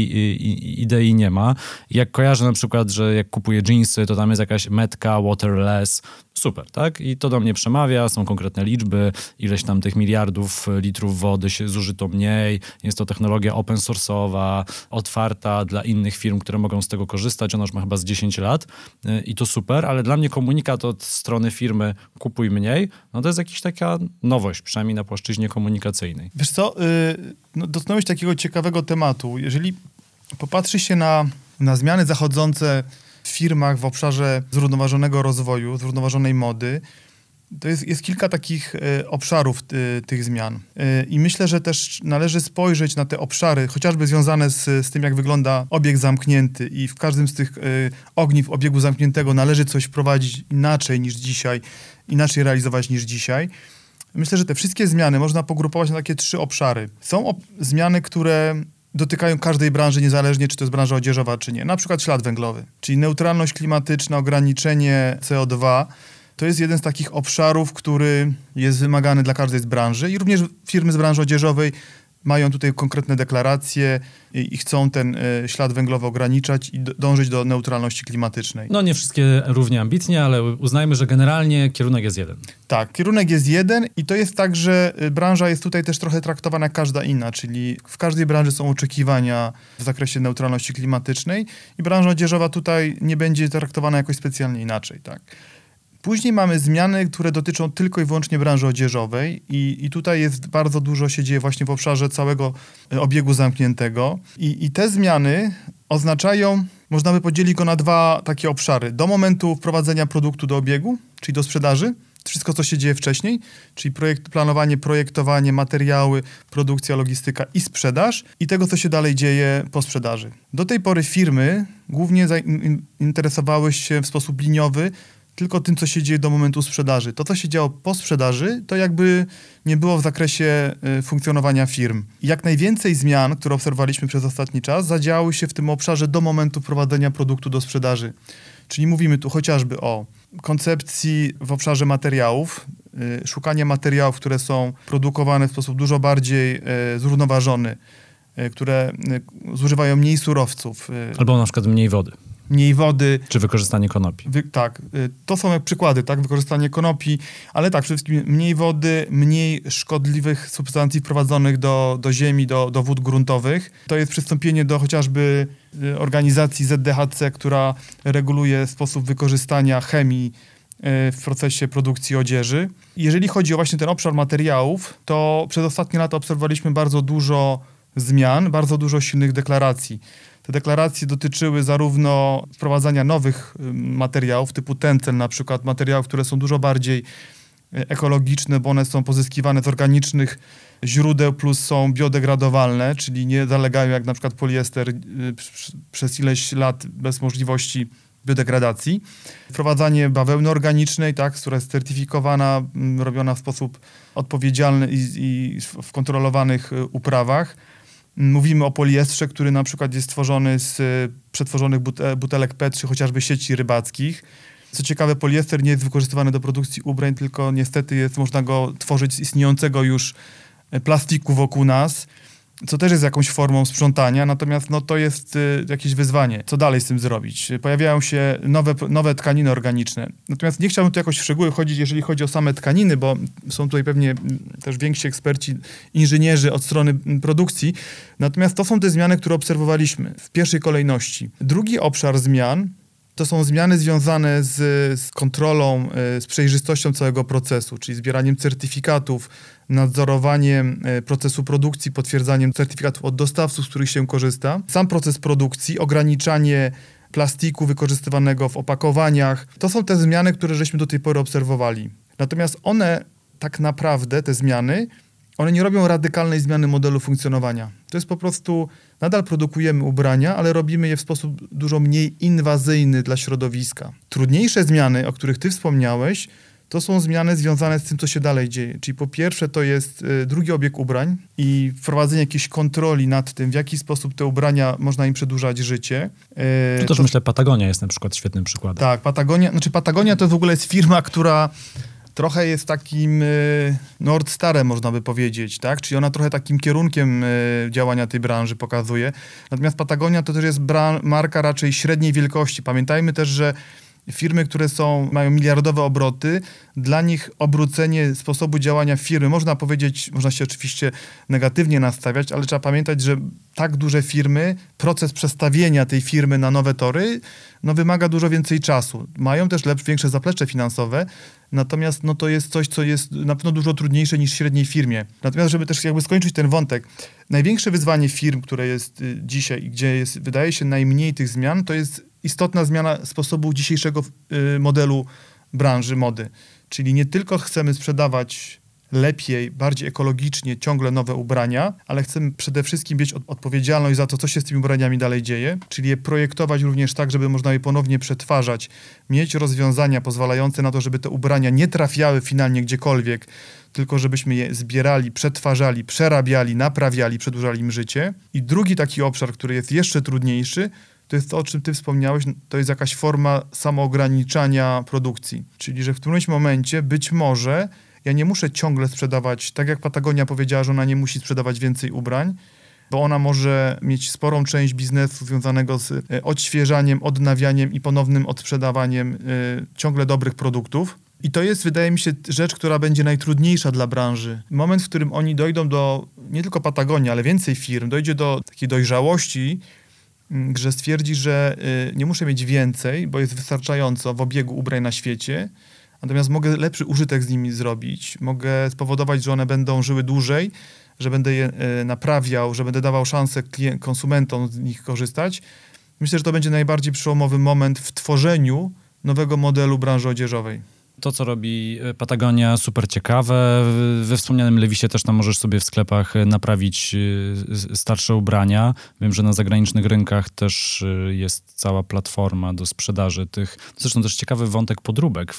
idei nie ma. Jak kojarzę na przykład, że jak kupuję dżinsy, to tam jest jakaś metka, waterless, super, tak? I to do mnie przemawia, są konkretne liczby, ileś tam tych miliardów litrów wody się zużyto mniej, jest to technologia open source'owa, otwarta dla innych firm, które mogą z tego korzystać, ona już ma chyba z 10 lat i to super, ale dla mnie komunikat od strony firmy kupuj mniej, to jest jakaś taka nowość, przynajmniej na płaszczyźnie komunikacyjnej. Wiesz co, dotknąłeś takiego ciekawego tematu. Jeżeli popatrzy się na zmiany zachodzące w firmach w obszarze zrównoważonego rozwoju, zrównoważonej mody, to jest kilka takich obszarów tych zmian. I myślę, że też należy spojrzeć na te obszary, chociażby związane z tym, jak wygląda obieg zamknięty i w każdym z tych ogniw obiegu zamkniętego należy coś wprowadzić inaczej niż dzisiaj, inaczej realizować niż dzisiaj. Myślę, że te wszystkie zmiany można pogrupować na takie 3 obszary. Są zmiany, które dotykają każdej branży, niezależnie czy to jest branża odzieżowa, czy nie. Na przykład ślad węglowy, czyli neutralność klimatyczna, ograniczenie CO2. To jest jeden z takich obszarów, który jest wymagany dla każdej z branży i również firmy z branży odzieżowej mają tutaj konkretne deklaracje i chcą ten ślad węglowy ograniczać i dążyć do neutralności klimatycznej. Nie wszystkie równie ambitnie, ale uznajmy, że generalnie kierunek jest jeden. Tak, kierunek jest jeden i to jest tak, że branża jest tutaj też trochę traktowana jak każda inna, czyli w każdej branży są oczekiwania w zakresie neutralności klimatycznej i branża odzieżowa tutaj nie będzie traktowana jakoś specjalnie inaczej, tak. Później mamy zmiany, które dotyczą tylko i wyłącznie branży odzieżowej i tutaj jest bardzo dużo się dzieje właśnie w obszarze całego obiegu zamkniętego. I te zmiany oznaczają, można by podzielić go na 2 takie obszary. Do momentu wprowadzenia produktu do obiegu, czyli do sprzedaży, wszystko co się dzieje wcześniej, czyli planowanie, projektowanie, materiały, produkcja, logistyka i sprzedaż i tego, co się dalej dzieje po sprzedaży. Do tej pory firmy głównie interesowały się w sposób liniowy tylko tym, co się dzieje do momentu sprzedaży. To, co się działo po sprzedaży, to jakby nie było w zakresie funkcjonowania firm. I jak najwięcej zmian, które obserwowaliśmy przez ostatni czas, zadziały się w tym obszarze do momentu wprowadzenia produktu do sprzedaży. Czyli mówimy tu chociażby o koncepcji w obszarze materiałów, szukanie materiałów, które są produkowane w sposób dużo bardziej zrównoważony, które zużywają mniej surowców. Albo na przykład mniej wody. Mniej wody. Czy wykorzystanie konopi. Tak, to są przykłady, tak, wykorzystanie konopi, ale tak, przede wszystkim mniej wody, mniej szkodliwych substancji wprowadzonych do ziemi, do wód gruntowych. To jest przystąpienie do chociażby organizacji ZDHC, która reguluje sposób wykorzystania chemii w procesie produkcji odzieży. Jeżeli chodzi o właśnie ten obszar materiałów, to przez ostatnie lata obserwowaliśmy bardzo dużo zmian, bardzo dużo silnych deklaracji. Te deklaracje dotyczyły zarówno wprowadzania nowych materiałów, typu tencel na przykład, materiałów, które są dużo bardziej ekologiczne, bo one są pozyskiwane z organicznych źródeł plus są biodegradowalne, czyli nie zalegają jak na przykład poliester przez ileś lat bez możliwości biodegradacji. Wprowadzanie bawełny organicznej, tak, która jest certyfikowana, robiona w sposób odpowiedzialny i w kontrolowanych uprawach. Mówimy o poliestrze, który na przykład jest tworzony z przetworzonych butelek PET, czy chociażby sieci rybackich. Co ciekawe, poliester nie jest wykorzystywany do produkcji ubrań, tylko niestety można go tworzyć z istniejącego już plastiku wokół nas, co też jest jakąś formą sprzątania, natomiast to jest jakieś wyzwanie. Co dalej z tym zrobić? Pojawiają się nowe tkaniny organiczne. Natomiast nie chciałbym tu jakoś w szczegóły wchodzić, jeżeli chodzi o same tkaniny, bo są tutaj pewnie też więksi eksperci, inżynierzy od strony produkcji. Natomiast to są te zmiany, które obserwowaliśmy w pierwszej kolejności. Drugi obszar zmian to są zmiany związane z kontrolą, z przejrzystością całego procesu, czyli zbieraniem certyfikatów, nadzorowaniem procesu produkcji, potwierdzaniem certyfikatów od dostawców, z których się korzysta. Sam proces produkcji, ograniczanie plastiku wykorzystywanego w opakowaniach. To są te zmiany, które żeśmy do tej pory obserwowali. Natomiast one tak naprawdę te zmiany, one nie robią radykalnej zmiany modelu funkcjonowania. To jest po prostu, nadal produkujemy ubrania, ale robimy je w sposób dużo mniej inwazyjny dla środowiska. Trudniejsze zmiany, o których ty wspomniałeś, to są zmiany związane z tym, co się dalej dzieje. Czyli po pierwsze to jest drugi obieg ubrań i wprowadzenie jakiejś kontroli nad tym, w jaki sposób te ubrania można im przedłużać życie. To też myślę, Patagonia jest na przykład świetnym przykładem. Tak, Patagonia to w ogóle jest firma, która trochę jest takim Nord Starem, można by powiedzieć, tak? Czyli ona trochę takim kierunkiem działania tej branży pokazuje. Natomiast Patagonia to też jest marka raczej średniej wielkości. Pamiętajmy też, że firmy, które mają miliardowe obroty, dla nich obrócenie sposobu działania firmy, można powiedzieć, można się oczywiście negatywnie nastawiać, ale trzeba pamiętać, że tak duże firmy, proces przestawienia tej firmy na nowe tory, wymaga dużo więcej czasu. Mają też większe zaplecze finansowe, natomiast to jest coś, co jest na pewno dużo trudniejsze niż w średniej firmie. Natomiast, żeby też skończyć ten wątek, największe wyzwanie firm, które jest dzisiaj i gdzie wydaje się najmniej tych zmian, to jest istotna zmiana sposobu dzisiejszego modelu branży mody. Czyli nie tylko chcemy sprzedawać lepiej, bardziej ekologicznie ciągle nowe ubrania, ale chcemy przede wszystkim mieć odpowiedzialność za to, co się z tymi ubraniami dalej dzieje, czyli je projektować również tak, żeby można je ponownie przetwarzać, mieć rozwiązania pozwalające na to, żeby te ubrania nie trafiały finalnie gdziekolwiek, tylko żebyśmy je zbierali, przetwarzali, przerabiali, naprawiali, przedłużali im życie. I drugi taki obszar, który jest jeszcze trudniejszy, to jest to, o czym ty wspomniałeś, to jest jakaś forma samoograniczania produkcji. Czyli, że w którymś momencie być może ja nie muszę ciągle sprzedawać, tak jak Patagonia powiedziała, że ona nie musi sprzedawać więcej ubrań, bo ona może mieć sporą część biznesu związanego z odświeżaniem, odnawianiem i ponownym odsprzedawaniem ciągle dobrych produktów. I to jest, wydaje mi się, rzecz, która będzie najtrudniejsza dla branży. Moment, w którym oni dojdą do, nie tylko Patagonia, ale więcej firm, dojdzie do takiej dojrzałości, że stwierdzi, że nie muszę mieć więcej, bo jest wystarczająco w obiegu ubrań na świecie, natomiast mogę lepszy użytek z nimi zrobić, mogę spowodować, że one będą żyły dłużej, że będę je naprawiał, że będę dawał szansę konsumentom z nich korzystać. Myślę, że to będzie najbardziej przełomowy moment w tworzeniu nowego modelu branży odzieżowej. To, co robi Patagonia, super ciekawe. We wspomnianym Levisie też tam możesz sobie w sklepach naprawić starsze ubrania. Wiem, że na zagranicznych rynkach też jest cała platforma do sprzedaży tych. Zresztą też ciekawy wątek podróbek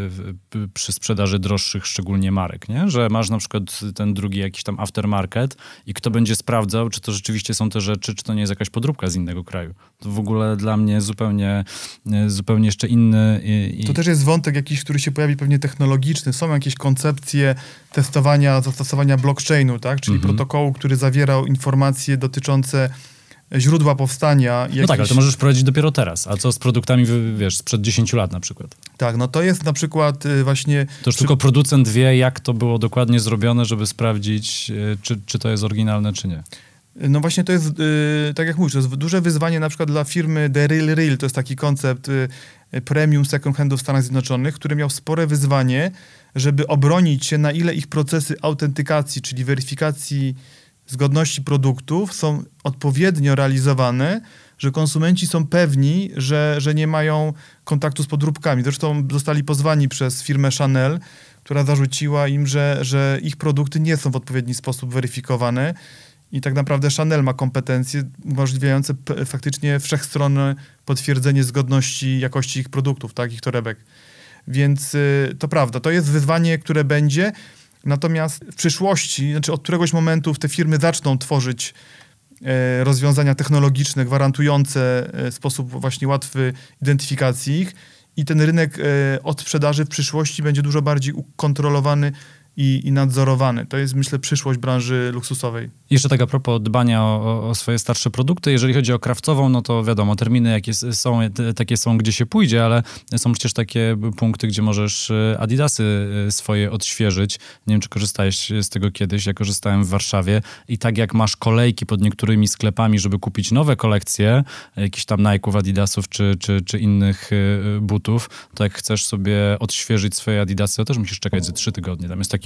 przy sprzedaży droższych, szczególnie marek, nie? Że masz na przykład ten drugi jakiś tam aftermarket i kto będzie sprawdzał, czy to rzeczywiście są te rzeczy, czy to nie jest jakaś podróbka z innego kraju. To w ogóle dla mnie zupełnie jeszcze inny. To też jest wątek jakiś, który się pojawi pewnie technologiczny. Są jakieś koncepcje testowania, zastosowania blockchainu, tak? Czyli protokołu, który zawierał informacje dotyczące źródła powstania. No tak, ale to możesz prowadzić dopiero teraz. A co z produktami, sprzed 10 lat na przykład? Tak, to jest na przykład właśnie... To już tylko producent wie, jak to było dokładnie zrobione, żeby sprawdzić, czy to jest oryginalne, czy nie. No właśnie to jest, tak jak mówisz, to jest duże wyzwanie na przykład dla firmy The Real Real, to jest taki koncept premium second handu w Stanach Zjednoczonych, który miał spore wyzwanie, żeby obronić się, na ile ich procesy autentykacji, czyli weryfikacji zgodności produktów są odpowiednio realizowane, że konsumenci są pewni, że nie mają kontaktu z podróbkami. Zresztą zostali pozwani przez firmę Chanel, która zarzuciła im, że ich produkty nie są w odpowiedni sposób weryfikowane. I tak naprawdę Chanel ma kompetencje umożliwiające faktycznie wszechstronne potwierdzenie zgodności jakości ich produktów, tak, ich torebek. Więc to prawda, to jest wyzwanie, które będzie. Natomiast w przyszłości, od któregoś momentu te firmy zaczną tworzyć rozwiązania technologiczne gwarantujące sposób właśnie łatwy identyfikacji ich i ten rynek odsprzedaży w przyszłości będzie dużo bardziej ukontrolowany i nadzorowany. To jest, myślę, przyszłość branży luksusowej. Jeszcze tak a propos dbania o swoje starsze produkty. Jeżeli chodzi o krawcową, no to wiadomo, terminy jakie są, takie są, gdzie się pójdzie, ale są przecież takie punkty, gdzie możesz Adidasy swoje odświeżyć. Nie wiem, czy korzystałeś z tego kiedyś. Ja korzystałem w Warszawie i tak jak masz kolejki pod niektórymi sklepami, żeby kupić nowe kolekcje, jakichś tam Nike'ów, Adidasów czy innych butów, to jak chcesz sobie odświeżyć swoje Adidasy, to też musisz czekać ze 3 tygodnie. Tam jest taki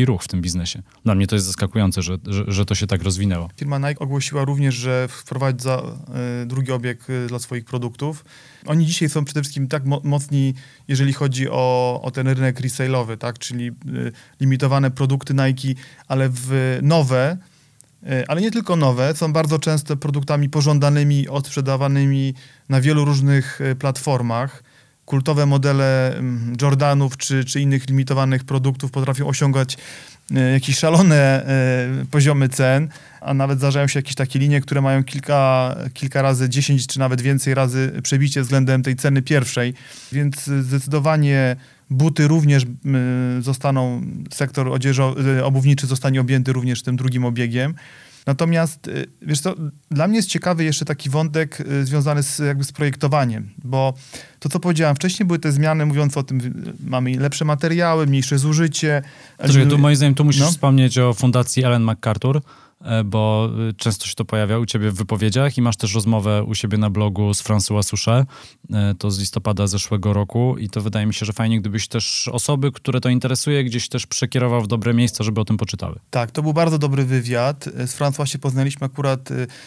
szybki ruch w tym biznesie. Dla mnie to jest zaskakujące, że to się tak rozwinęło. Firma Nike ogłosiła również, że wprowadza drugi obieg dla swoich produktów. Oni dzisiaj są przede wszystkim tak mocni, jeżeli chodzi o ten rynek resale'owy, tak? Czyli limitowane produkty Nike, ale nowe, ale nie tylko nowe, są bardzo często produktami pożądanymi, odsprzedawanymi na wielu różnych platformach. Kultowe modele Jordanów czy innych limitowanych produktów potrafią osiągać jakieś szalone poziomy cen, a nawet zdarzają się jakieś takie linie, które mają kilka razy, 10 czy nawet więcej razy przebicie względem tej ceny pierwszej. Więc zdecydowanie buty również zostaną, sektor obuwniczy zostanie objęty również tym drugim obiegiem. Natomiast, wiesz co, dla mnie jest ciekawy jeszcze taki wątek związany z projektowaniem, bo to, co powiedziałem wcześniej, były te zmiany mówiące o tym, mamy lepsze materiały, mniejsze zużycie. Tu moim zdaniem tu musisz wspomnieć o fundacji Ellen MacArthur, bo często się to pojawia u ciebie w wypowiedziach i masz też rozmowę u siebie na blogu z François Souchet, to z listopada zeszłego roku i to wydaje mi się, że fajnie, gdybyś też osoby, które to interesuje, gdzieś też przekierował w dobre miejsca, żeby o tym poczytały. Tak, to był bardzo dobry wywiad. Z François się poznaliśmy akurat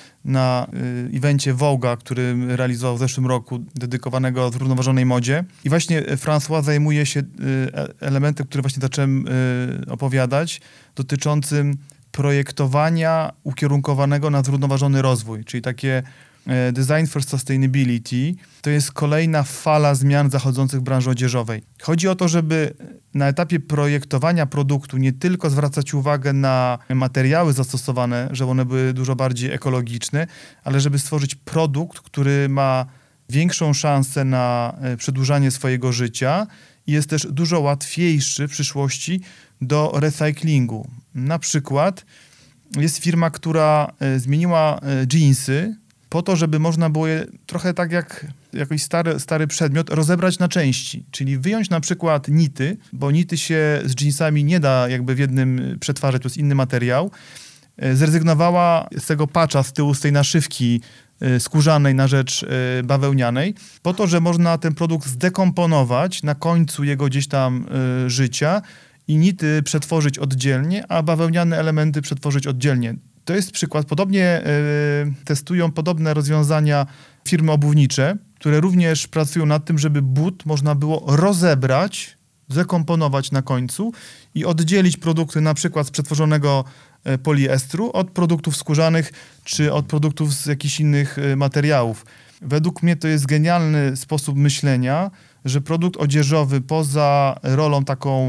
na evencie Vogue'a, który realizował w zeszłym roku, dedykowanego zrównoważonej modzie. I właśnie François zajmuje się elementem, który właśnie zacząłem opowiadać, dotyczącym projektowania ukierunkowanego na zrównoważony rozwój, czyli takie Design for Sustainability. To jest kolejna fala zmian zachodzących w branży odzieżowej. Chodzi o to, żeby na etapie projektowania produktu nie tylko zwracać uwagę na materiały zastosowane, żeby one były dużo bardziej ekologiczne, ale żeby stworzyć produkt, który ma większą szansę na przedłużanie swojego życia i jest też dużo łatwiejszy w przyszłości do recyklingu. Na przykład jest firma, która zmieniła dżinsy po to, żeby można było je trochę tak jak jakiś stary przedmiot rozebrać na części. Czyli wyjąć na przykład nity, bo nity się z dżinsami nie da jakby w jednym przetwarzać, to jest inny materiał. Zrezygnowała z tego patcha z tyłu, z tej naszywki skórzanej na rzecz bawełnianej, po to, że można ten produkt zdekomponować na końcu jego gdzieś tam życia i nity przetworzyć oddzielnie, a bawełniane elementy przetworzyć oddzielnie. To jest przykład. Podobnie testują podobne rozwiązania firmy obuwnicze, które również pracują nad tym, żeby but można było rozebrać, zdekomponować na końcu i oddzielić produkty na przykład z przetworzonego poliestru od produktów skórzanych czy od produktów z jakichś innych materiałów. Według mnie to jest genialny sposób myślenia, że produkt odzieżowy poza rolą taką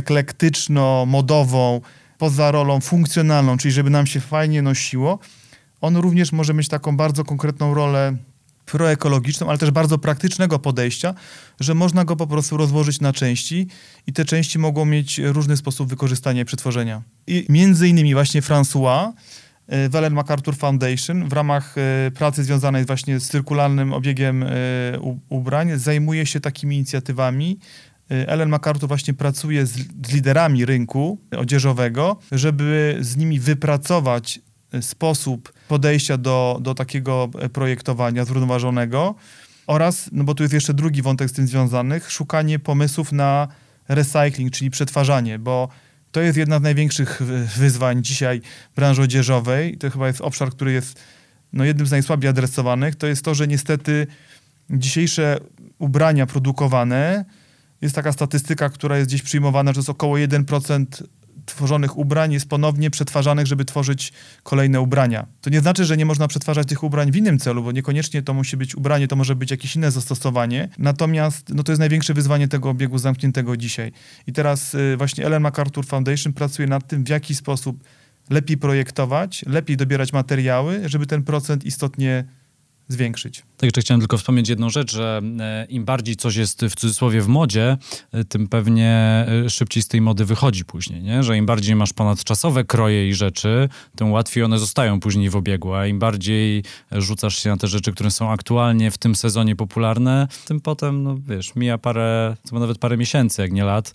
eklektyczno-modową, poza rolą funkcjonalną, czyli żeby nam się fajnie nosiło, on również może mieć taką bardzo konkretną rolę proekologiczną, ale też bardzo praktycznego podejścia, że można go po prostu rozłożyć na części i te części mogą mieć różny sposób wykorzystania i przetworzenia. I między innymi właśnie François w Ellen MacArthur Foundation w ramach pracy związanej właśnie z cyrkularnym obiegiem ubrań zajmuje się takimi inicjatywami. Ellen MacArthur właśnie pracuje z liderami rynku odzieżowego, żeby z nimi wypracować sposób podejścia do takiego projektowania zrównoważonego oraz, no bo tu jest jeszcze drugi wątek z tym związanych, szukanie pomysłów na recycling, czyli przetwarzanie, bo to jest jedna z największych wyzwań dzisiaj branży odzieżowej. To chyba jest obszar, który jest jednym z najsłabiej adresowanych. To jest to, że niestety dzisiejsze ubrania produkowane, jest taka statystyka, która jest gdzieś przyjmowana, że jest około 1% tworzonych ubrań jest ponownie przetwarzanych, żeby tworzyć kolejne ubrania. To nie znaczy, że nie można przetwarzać tych ubrań w innym celu, bo niekoniecznie to musi być ubranie, to może być jakieś inne zastosowanie. Natomiast to jest największe wyzwanie tego obiegu zamkniętego dzisiaj. I teraz właśnie Ellen MacArthur Foundation pracuje nad tym, w jaki sposób lepiej projektować, lepiej dobierać materiały, żeby ten procent istotnie zwiększyć. Tak, jeszcze chciałem tylko wspomnieć jedną rzecz, że im bardziej coś jest w cudzysłowie w modzie, tym pewnie szybciej z tej mody wychodzi później, nie? Że im bardziej masz ponadczasowe kroje i rzeczy, tym łatwiej one zostają później w obiegu, a im bardziej rzucasz się na te rzeczy, które są aktualnie w tym sezonie popularne, tym potem, mija nawet parę miesięcy, jak nie lat.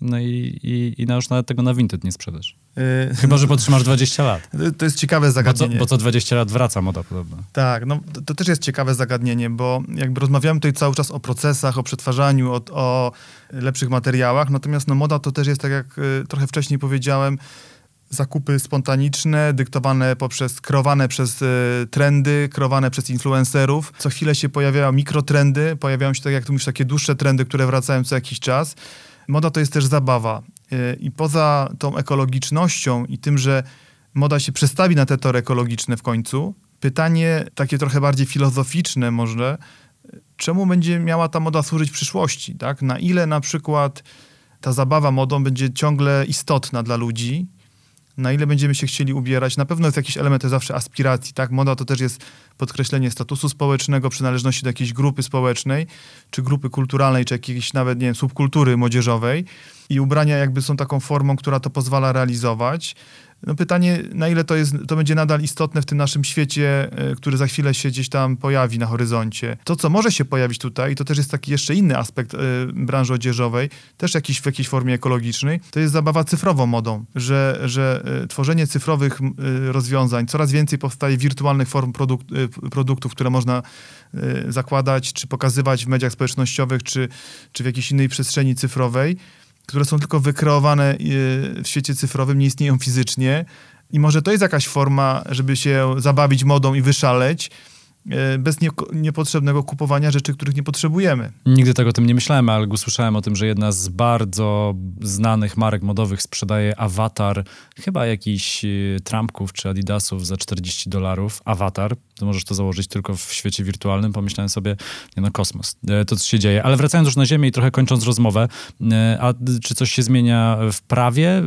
no i już nawet tego na Vinted nie sprzedasz. Chyba że potrzymasz 20 lat. To jest ciekawe zagadnienie. Bo co 20 lat wraca moda podobno. Tak, no to też jest ciekawe zagadnienie, bo jakby rozmawiamy tutaj cały czas o procesach, o przetwarzaniu, o lepszych materiałach, natomiast no moda to też jest, tak jak trochę wcześniej powiedziałem, zakupy spontaniczne, kreowane przez trendy, kreowane przez influencerów. Co chwilę się pojawiają mikrotrendy, pojawiają się, tak jak tu mówisz, takie dłuższe trendy, które wracają co jakiś czas. Moda to jest też zabawa. I poza tą ekologicznością i tym, że moda się przestawi na te tory ekologiczne w końcu, pytanie takie trochę bardziej filozoficzne może, czemu będzie miała ta moda służyć w przyszłości, tak? Na ile na przykład ta zabawa modą będzie ciągle istotna dla ludzi, na ile będziemy się chcieli ubierać. Na pewno jest jakiś element zawsze aspiracji, tak? Moda to też jest podkreślenie statusu społecznego, przynależności do jakiejś grupy społecznej, czy grupy kulturalnej, czy jakiejś nawet, nie wiem, subkultury młodzieżowej. I ubrania jakby są taką formą, która to pozwala realizować. No pytanie, na ile to będzie nadal istotne w tym naszym świecie, który za chwilę się gdzieś tam pojawi na horyzoncie. To, co może się pojawić tutaj, to też jest taki jeszcze inny aspekt branży odzieżowej, też w jakiejś formie ekologicznej, to jest zabawa cyfrową modą, że tworzenie cyfrowych rozwiązań, coraz więcej powstaje wirtualnych form produktów, które można zakładać, czy pokazywać w mediach społecznościowych, czy w jakiejś innej przestrzeni cyfrowej, które są tylko wykreowane w świecie cyfrowym, nie istnieją fizycznie. I może to jest jakaś forma, żeby się zabawić modą i wyszaleć, bez niepotrzebnego kupowania rzeczy, których nie potrzebujemy. Nigdy tego o tym nie myślałem, ale usłyszałem o tym, że jedna z bardzo znanych marek modowych sprzedaje awatar, chyba jakichś Trumpków czy Adidasów za $40. Awatar. To możesz to założyć tylko w świecie wirtualnym. Pomyślałem sobie, kosmos. To, co się dzieje. Ale wracając już na ziemię i trochę kończąc rozmowę, a czy coś się zmienia w prawie?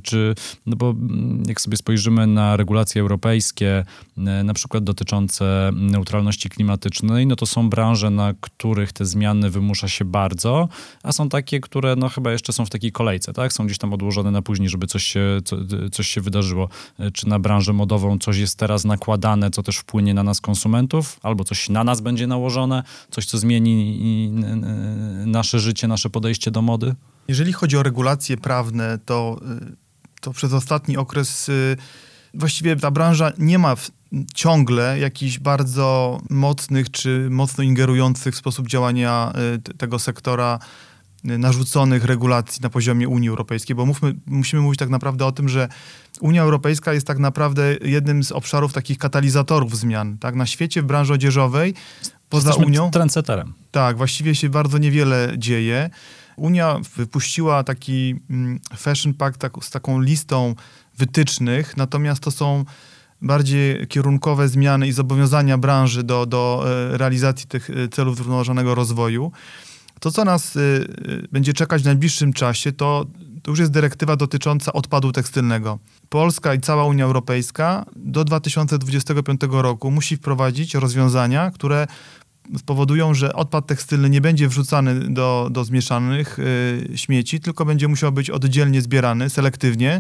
No bo jak sobie spojrzymy na regulacje europejskie, na przykład dotyczące neutralności klimatycznej, no to są branże, na których te zmiany wymusza się bardzo, a są takie, które chyba jeszcze są w takiej kolejce, tak? Są gdzieś tam odłożone na później, żeby coś się wydarzyło. Czy na branżę modową coś jest teraz nakładane, co też wpłynie na nas konsumentów, albo coś na nas będzie nałożone, coś, co zmieni nasze życie, nasze podejście do mody? Jeżeli chodzi o regulacje prawne, to przez ostatni okres właściwie ta branża nie ma ciągle jakichś bardzo mocnych czy mocno ingerujących w sposób działania tego sektora narzuconych regulacji na poziomie Unii Europejskiej, bo musimy mówić tak naprawdę o tym, że Unia Europejska jest tak naprawdę jednym z obszarów takich katalizatorów zmian. Tak? Na świecie, w branży odzieżowej, poza Unią... trendsetterem. Tak, właściwie się bardzo niewiele dzieje. Unia wypuściła taki Fashion Pact z taką listą wytycznych, natomiast to są bardziej kierunkowe zmiany i zobowiązania branży do realizacji tych celów zrównoważonego rozwoju. To, co nas będzie czekać w najbliższym czasie, to już jest dyrektywa dotycząca odpadu tekstylnego. Polska i cała Unia Europejska do 2025 roku musi wprowadzić rozwiązania, które spowodują, że odpad tekstylny nie będzie wrzucany do zmieszanych śmieci, tylko będzie musiał być oddzielnie zbierany, selektywnie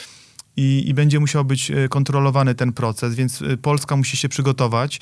i będzie musiał być kontrolowany ten proces, więc Polska musi się przygotować.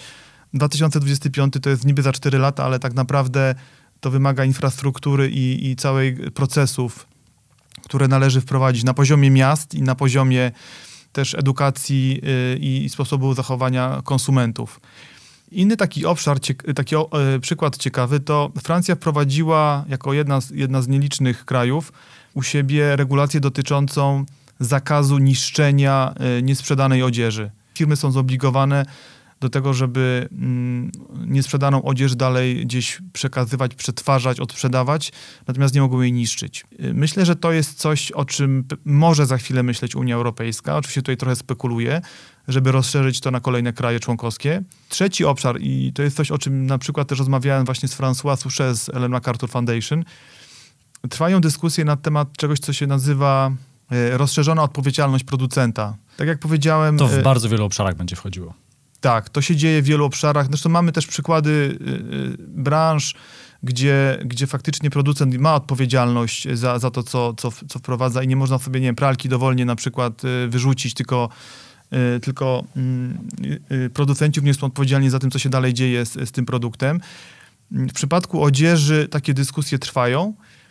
2025 to jest niby za 4 lata, ale tak naprawdę to wymaga infrastruktury i całej procesów, które należy wprowadzić na poziomie miast i na poziomie też edukacji i sposobu zachowania konsumentów. Inny taki obszar, przykład ciekawy, to Francja wprowadziła jako jedna z nielicznych krajów u siebie regulację dotyczącą zakazu niszczenia niesprzedanej odzieży. Firmy są zobligowane do tego, żeby niesprzedaną odzież dalej gdzieś przekazywać, przetwarzać, odprzedawać, natomiast nie mogą jej niszczyć. Myślę, że to jest coś, o czym może za chwilę myśleć Unia Europejska. Oczywiście tutaj trochę spekuluje, żeby rozszerzyć to na kolejne kraje członkowskie. Trzeci obszar, i to jest coś, o czym na przykład też rozmawiałem właśnie z François Souchet z Ellen MacArthur Foundation. Trwają dyskusje na temat czegoś, co się nazywa rozszerzona odpowiedzialność producenta. Tak jak powiedziałem... To w bardzo wielu obszarach będzie wchodziło. Tak, to się dzieje w wielu obszarach. Zresztą mamy też przykłady branż, gdzie faktycznie producent ma odpowiedzialność za to, co wprowadza i nie można sobie, nie wiem, pralki dowolnie na przykład wyrzucić, tylko producenci również są odpowiedzialni za tym, co się dalej dzieje z tym produktem. W przypadku odzieży takie dyskusje trwają.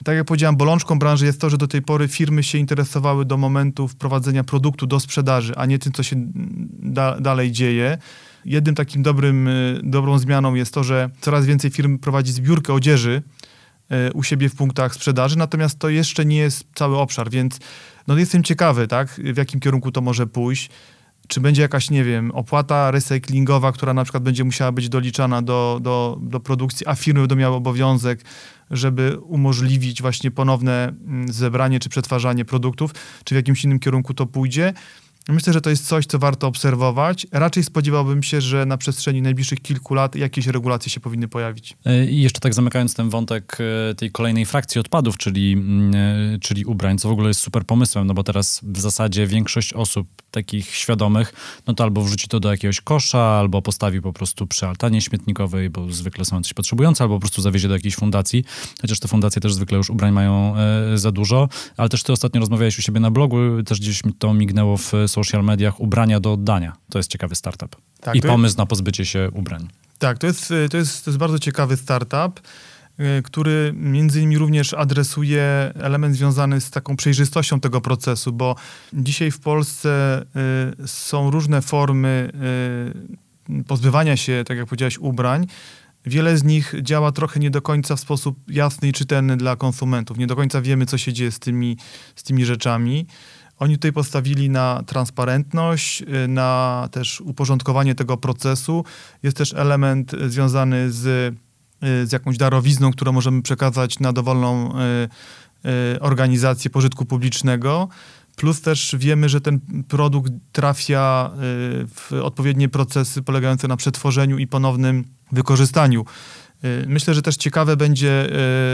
Tak jak powiedziałem, bolączką branży jest to, że do tej pory firmy się interesowały do momentu wprowadzenia produktu do sprzedaży, a nie tym, co się dalej dzieje. Jednym takim dobrą zmianą jest to, że coraz więcej firm prowadzi zbiórkę odzieży u siebie w punktach sprzedaży, natomiast to jeszcze nie jest cały obszar, więc jestem ciekawy, tak, w jakim kierunku to może pójść. Czy będzie jakaś, nie wiem, opłata recyklingowa, która na przykład będzie musiała być doliczana do produkcji, a firmy będą miały obowiązek, żeby umożliwić właśnie ponowne zebranie czy przetwarzanie produktów, czy w jakimś innym kierunku to pójdzie. Myślę, że to jest coś, co warto obserwować. Raczej spodziewałbym się, że na przestrzeni najbliższych kilku lat jakieś regulacje się powinny pojawić. I jeszcze tak zamykając ten wątek tej kolejnej frakcji odpadów, czyli ubrań, co w ogóle jest super pomysłem, no bo teraz w zasadzie większość osób takich świadomych, no to albo wrzuci to do jakiegoś kosza, albo postawi po prostu przy altanie śmietnikowej, bo zwykle są coś potrzebujące, albo po prostu zawiezie do jakiejś fundacji, chociaż te fundacje też zwykle już ubrań mają za dużo, ale też ty ostatnio rozmawiałeś u siebie na blogu, też gdzieś mi to mignęło w social mediach, ubrania do oddania. To jest ciekawy startup. Tak, i pomysł na pozbycie się ubrań. Tak, to jest bardzo ciekawy startup, który między innymi również adresuje element związany z taką przejrzystością tego procesu, bo dzisiaj w Polsce są różne formy pozbywania się, tak jak powiedziałeś, ubrań. Wiele z nich działa trochę nie do końca w sposób jasny i czytelny dla konsumentów. Nie do końca wiemy, co się dzieje z tymi rzeczami. Oni tutaj postawili na transparentność, na też uporządkowanie tego procesu. Jest też element związany z jakąś darowizną, którą możemy przekazać na dowolną organizację pożytku publicznego. Plus też wiemy, że ten produkt trafia w odpowiednie procesy polegające na przetworzeniu i ponownym wykorzystaniu. Myślę, że też ciekawe będzie,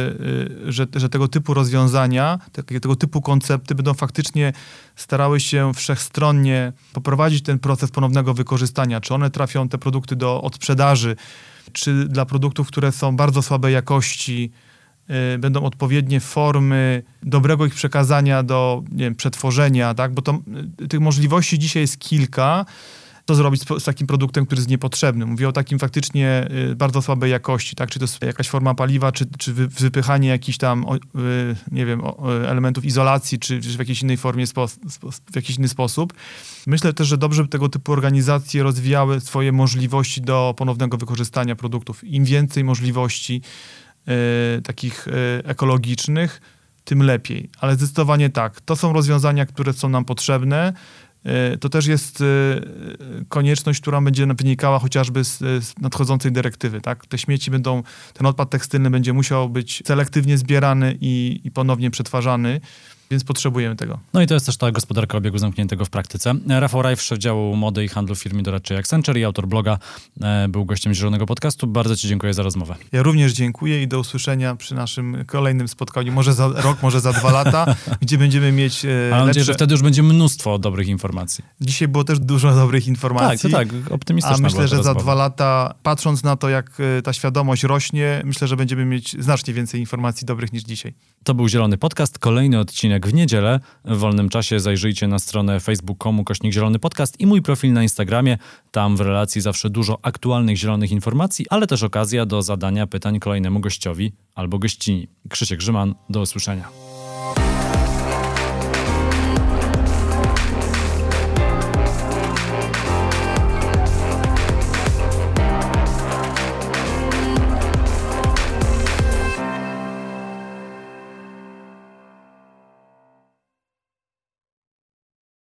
że tego typu rozwiązania, tego typu koncepty będą faktycznie starały się wszechstronnie poprowadzić ten proces ponownego wykorzystania. Czy one trafią, te produkty, do odsprzedaży, czy dla produktów, które są bardzo słabej jakości, będą odpowiednie formy dobrego ich przekazania do, nie wiem, przetworzenia, tak? Bo tych możliwości dzisiaj jest kilka. Co zrobić z takim produktem, który jest niepotrzebny. Mówię o takim faktycznie bardzo słabej jakości, tak? Czy to jest jakaś forma paliwa, czy wypychanie jakichś tam, nie wiem, elementów izolacji, czy w jakiejś innej formie, w jakiś inny sposób. Myślę też, że dobrze by tego typu organizacje rozwijały swoje możliwości do ponownego wykorzystania produktów. Im więcej możliwości takich ekologicznych, tym lepiej. Ale zdecydowanie tak. To są rozwiązania, które są nam potrzebne. To też jest konieczność, która będzie wynikała chociażby z nadchodzącej dyrektywy. Tak? Te śmieci ten odpad tekstylny będzie musiał być selektywnie zbierany i ponownie przetwarzany, więc potrzebujemy tego. No i to jest też ta gospodarka obiegu zamkniętego w praktyce. Rafał Rajf, szef działu mody i handlu w firmie doradczej Accenture i autor bloga, był gościem Zielonego Podcastu. Bardzo ci dziękuję za rozmowę. Ja również dziękuję i do usłyszenia przy naszym kolejnym spotkaniu. Może za rok, może za 2 lata, gdzie będziemy mieć Mam nadzieję, że wtedy już będzie mnóstwo dobrych informacji. Dzisiaj było też dużo dobrych informacji. Tak, optymistyczna. A myślę, że za 2 lata, patrząc na to, jak ta świadomość rośnie, myślę, że będziemy mieć znacznie więcej informacji dobrych niż dzisiaj. To był Zielony Podcast, kolejny odcinek w niedzielę. W wolnym czasie zajrzyjcie na stronę facebook.com/Zielony Podcast i mój profil na Instagramie. Tam w relacji zawsze dużo aktualnych zielonych informacji, ale też okazja do zadania pytań kolejnemu gościowi albo gościni. Krzysiek Grzyman, do usłyszenia.